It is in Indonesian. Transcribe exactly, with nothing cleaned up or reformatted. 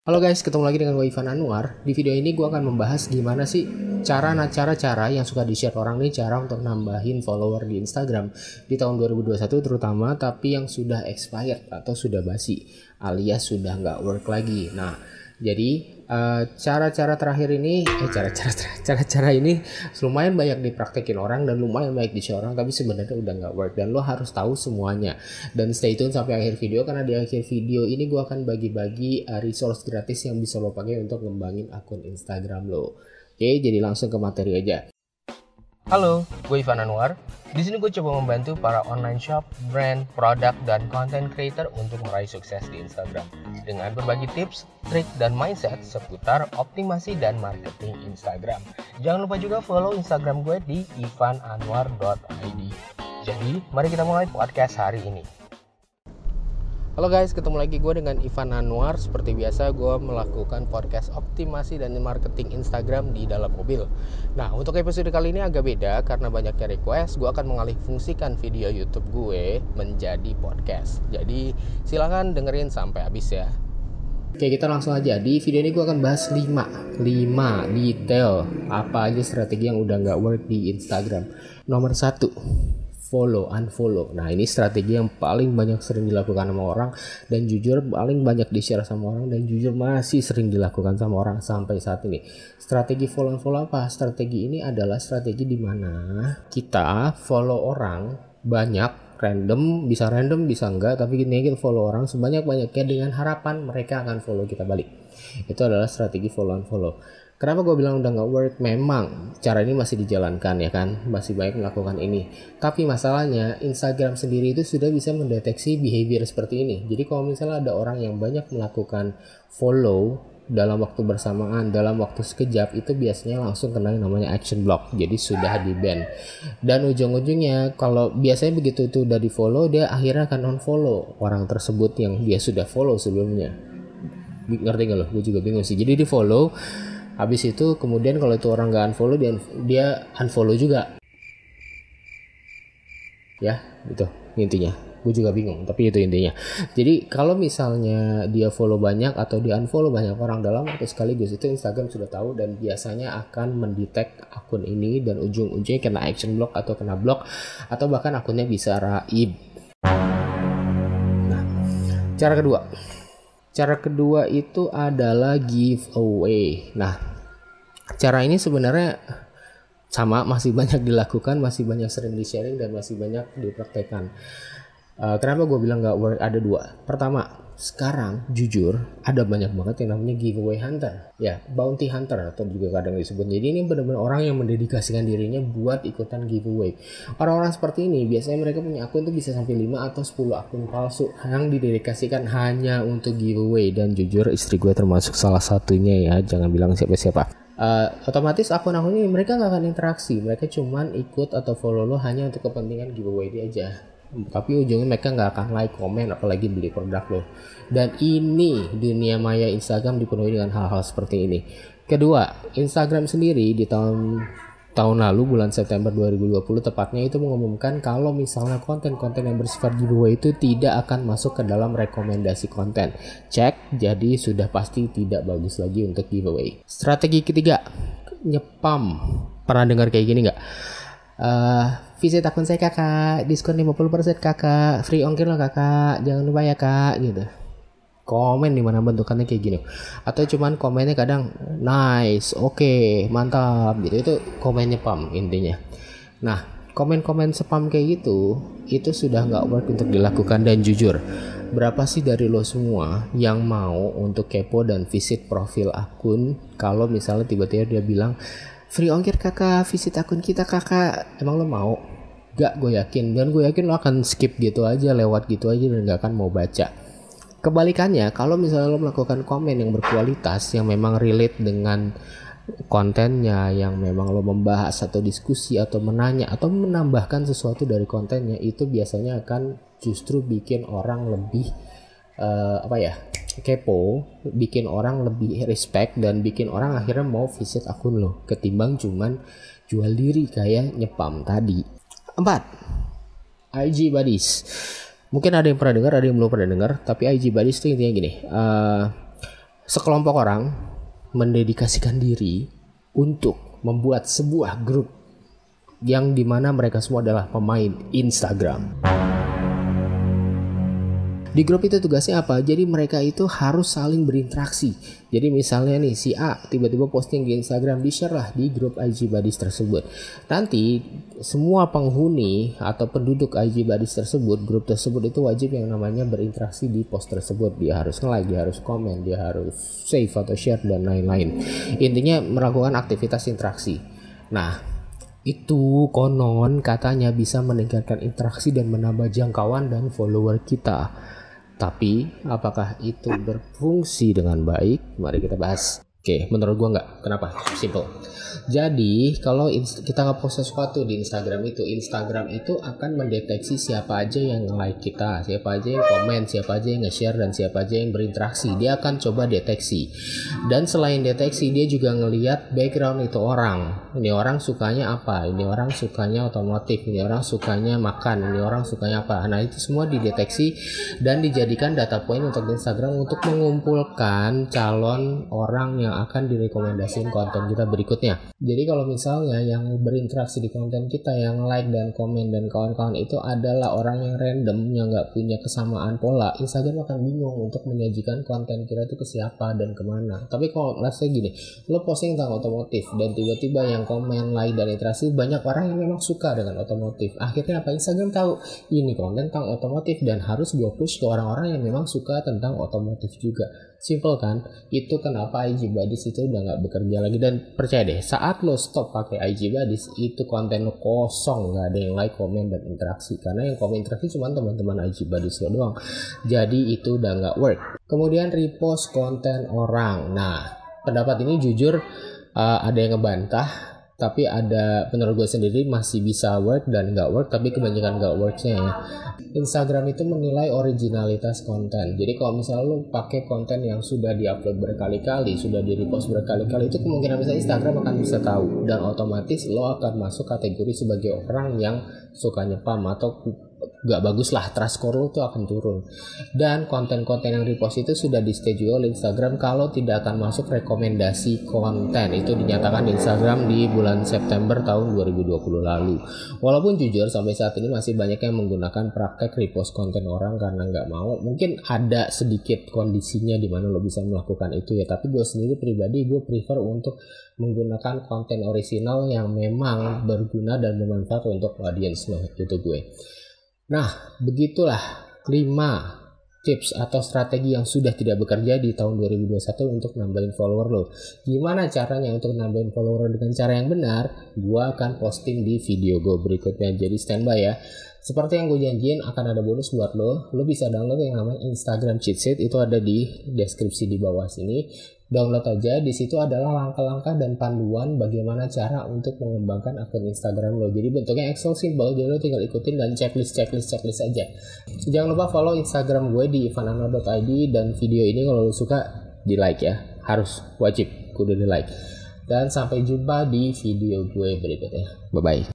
Halo guys, ketemu lagi dengan gue Ivan Anwar. Di video ini gue akan membahas gimana sih cara cara-cara yang suka di-share orang nih, cara untuk nambahin follower di Instagram di tahun dua ribu dua puluh satu terutama, tapi yang sudah expired atau sudah basi alias sudah nggak work lagi. Nah, jadi uh, cara-cara terakhir ini, eh cara-cara cara-cara ini lumayan banyak dipraktekin orang dan lumayan banyak di-share orang, tapi sebenarnya udah nggak work dan lo harus tahu semuanya. Dan stay tune sampai akhir video karena di akhir video ini gue akan bagi-bagi uh, resource gratis yang bisa lo pakai untuk ngembangin akun Instagram lo. Oke, jadi langsung ke materi aja. Halo, gue Ivan Anwar. Di sini gue coba membantu para online shop, brand, produk, dan content creator untuk meraih sukses di Instagram dengan berbagi tips, trik, dan mindset seputar optimasi dan marketing Instagram. Jangan lupa juga follow Instagram gue di ivan anwar dot i d. Jadi, mari kita mulai podcast hari ini. Halo guys, ketemu lagi gue dengan Ivan Anwar. Seperti biasa gue melakukan podcast optimasi dan marketing Instagram di dalam mobil. Nah, untuk episode kali ini agak beda karena banyaknya request. Gue akan mengalih fungsikan video YouTube gue menjadi podcast. Jadi silahkan dengerin sampai habis ya. Oke, kita langsung aja. Di video ini gue akan bahas lima detail apa aja strategi yang udah gak work di Instagram. Nomor satu, follow, unfollow. Nah, ini strategi yang paling banyak sering dilakukan sama orang dan jujur paling banyak di-share sama orang dan jujur masih sering dilakukan sama orang sampai saat ini. Strategi follow unfollow apa? Strategi ini adalah strategi di mana kita follow orang banyak, random, bisa random, bisa enggak, tapi kita follow orang sebanyak-banyaknya dengan harapan mereka akan follow kita balik. Itu adalah strategi follow unfollow. Kenapa gue bilang udah gak work? Memang cara ini masih dijalankan ya kan, masih banyak melakukan ini. Tapi masalahnya Instagram sendiri itu sudah bisa mendeteksi behavior seperti ini. Jadi kalau misalnya ada orang yang banyak melakukan follow dalam waktu bersamaan, dalam waktu sekejap, itu biasanya langsung kena yang namanya action block. Jadi sudah di ban. Dan ujung-ujungnya kalau biasanya begitu itu udah di follow, dia akhirnya akan unfollow orang tersebut yang dia sudah follow sebelumnya. Ngerti gak lo? Gue juga bingung sih. Jadi di follow, habis itu kemudian kalau itu orang gak unfollow, dia, dia unfollow juga. Ya, itu intinya. Gue juga bingung, tapi itu intinya. Jadi kalau misalnya dia follow banyak atau dia unfollow banyak orang dalam waktu sekaligus, itu Instagram sudah tahu dan biasanya akan mendetek akun ini dan ujung-ujungnya kena action block atau kena block atau bahkan akunnya bisa raib. Nah, cara kedua. Cara kedua itu adalah giveaway. Nah, cara ini sebenarnya sama, masih banyak dilakukan, masih banyak sering di-sharing dan masih banyak dipraktekkan. Uh, kenapa gue bilang gak work? Ada dua. Pertama, sekarang jujur ada banyak banget yang namanya giveaway hunter, ya bounty hunter atau juga kadang disebut. Jadi ini benar-benar orang yang mendedikasikan dirinya buat ikutan giveaway. Orang-orang seperti ini biasanya mereka punya akun tuh bisa sampai lima atau sepuluh akun palsu yang didedikasikan hanya untuk giveaway. Dan jujur istri gue termasuk salah satunya ya, jangan bilang siapa-siapa. Uh, otomatis akun-akun ini mereka gak akan interaksi, mereka cuman ikut atau follow lo hanya untuk kepentingan giveaway dia aja. Tapi ujungnya mereka nggak akan like, komen, apalagi beli produk lo. Dan ini dunia maya Instagram dipenuhi dengan hal-hal seperti ini. Kedua, Instagram sendiri di tahun tahun lalu bulan September dua ribu dua puluh tepatnya itu mengumumkan kalau misalnya konten-konten yang bersifat giveaway itu tidak akan masuk ke dalam rekomendasi konten. Cek, jadi sudah pasti tidak bagus lagi untuk giveaway. Strategi ketiga, nyepam. Pernah dengar kayak gini nggak? Uh, visit akun saya kakak, diskon lima puluh persen kakak, free ongkir loh kakak, jangan lupa ya kak, gitu. Komen dimana bentukannya kayak gini. Atau cuman komennya kadang nice, oke, okay, mantap gitu. Itu komennya spam intinya. Nah, komen-komen spam kayak gitu itu sudah gak work untuk dilakukan. Dan jujur, berapa sih dari lo semua yang mau untuk kepo dan visit profil akun kalau misalnya tiba-tiba dia bilang free ongkir kakak, visit akun kita kakak, emang lo mau? Gak, gue yakin. Dan gue yakin lo akan skip gitu aja, lewat gitu aja dan gak akan mau baca. Kebalikannya, kalau misalnya lo melakukan komen yang berkualitas, yang memang relate dengan kontennya, yang memang lo membahas atau diskusi atau menanya atau menambahkan sesuatu dari kontennya, itu biasanya akan justru bikin orang lebih uh, apa ya kepo, bikin orang lebih respect dan bikin orang akhirnya mau visit akun lo ketimbang cuman jual diri kayak nyepam tadi. Empat, I G Buddies. Mungkin ada yang pernah dengar, ada yang belum pernah dengar, tapi I G Buddies itu intinya gini. Uh, sekelompok orang mendedikasikan diri untuk membuat sebuah grup yang dimana mereka semua adalah pemain Instagram. Di grup itu tugasnya apa? Jadi mereka itu harus saling berinteraksi. Jadi misalnya nih si A tiba-tiba posting di Instagram, di-share lah di grup I G Buddies tersebut. Nanti semua penghuni atau penduduk I G Buddies tersebut, grup tersebut itu wajib yang namanya berinteraksi di post tersebut. Dia harus nge-like, dia harus komen, dia harus save atau share dan lain-lain. Intinya melakukan aktivitas interaksi. Nah, itu konon katanya bisa meningkatkan interaksi dan menambah jangkauan dan follower kita. Tapi apakah itu berfungsi dengan baik? Mari kita bahas. Oke, menurut gua enggak. Kenapa? Simple. Jadi kalau kita ngepost sesuatu di Instagram itu, Instagram itu akan mendeteksi siapa aja yang nge-like kita, siapa aja yang komen, siapa aja yang nge-share, dan siapa aja yang berinteraksi. Dia akan coba deteksi. Dan selain deteksi, dia juga ngelihat background itu orang. Ini orang sukanya apa? Ini orang sukanya otomotif. Ini orang sukanya makan. Ini orang sukanya apa? Nah, itu semua dideteksi dan dijadikan data point untuk Instagram untuk mengumpulkan calon orang yang akan direkomendasikan konten kita berikutnya. Jadi kalau misalnya yang berinteraksi di konten kita, yang like dan komen dan kawan-kawan itu adalah orang yang random, yang nggak punya kesamaan pola, Instagram akan bingung untuk menyajikan konten kita itu ke siapa dan kemana. Tapi kalau let's say gini, lo posting tentang otomotif dan tiba-tiba yang komen, like dan interaksi banyak orang yang memang suka dengan otomotif. Akhirnya apa? Instagram tahu ini konten tentang otomotif dan harus gue push ke orang-orang yang memang suka tentang otomotif juga. Simple kan? Itu kenapa I G Buddies itu udah nggak bekerja lagi. Dan percaya deh, saat lo stop pakai I G Buddies, itu konten lo kosong, nggak ada yang like, komen dan interaksi. Karena yang komen interaksi cuma teman-teman I G Buddies lo doang. Jadi itu udah nggak work. Kemudian repost konten orang. Nah, pendapat ini jujur uh, ada yang ngebantah. Tapi ada, menurut gue sendiri masih bisa work dan nggak work, tapi kebanyakan nggak worknya ya. Instagram itu menilai originalitas konten. Jadi kalau misalnya lo pakai konten yang sudah diupload berkali-kali, sudah di repost berkali-kali, itu kemungkinan besar Instagram akan bisa tahu dan otomatis lo akan masuk kategori sebagai orang yang suka nyepam atau gak bagus lah, trust score lo tuh akan turun. Dan konten-konten yang repost itu sudah disetujui oleh Instagram kalau tidak akan masuk rekomendasi konten. Itu dinyatakan di Instagram di bulan September tahun dua ribu dua puluh lalu. Walaupun jujur sampai saat ini masih banyak yang menggunakan praktek repost konten orang karena gak mau. Mungkin ada sedikit kondisinya di mana lo bisa melakukan itu ya. Tapi gue sendiri pribadi gue prefer untuk menggunakan konten orisinal yang memang berguna dan bermanfaat untuk audience lo. Itu gue. Nah, begitulah lima tips atau strategi yang sudah tidak bekerja di tahun dua ribu dua puluh satu untuk nambahin follower lo. Gimana caranya untuk nambahin follower dengan cara yang benar? Gua akan posting di video gue berikutnya, jadi standby ya. Seperti yang gue janjiin, akan ada bonus buat lo. Lo bisa download yang namanya Instagram Cheat Sheet, itu ada di deskripsi di bawah sini. Download aja, di situ adalah langkah-langkah dan panduan bagaimana cara untuk mengembangkan akun Instagram lo. Jadi bentuknya Excel simple, jadi lo tinggal ikutin dan checklist checklist checklist aja. Jangan lupa follow Instagram gue di ivanano dot i d, dan video ini kalau lo suka di like ya, harus wajib kudu di like. Dan sampai jumpa di video gue berikutnya. Bye bye.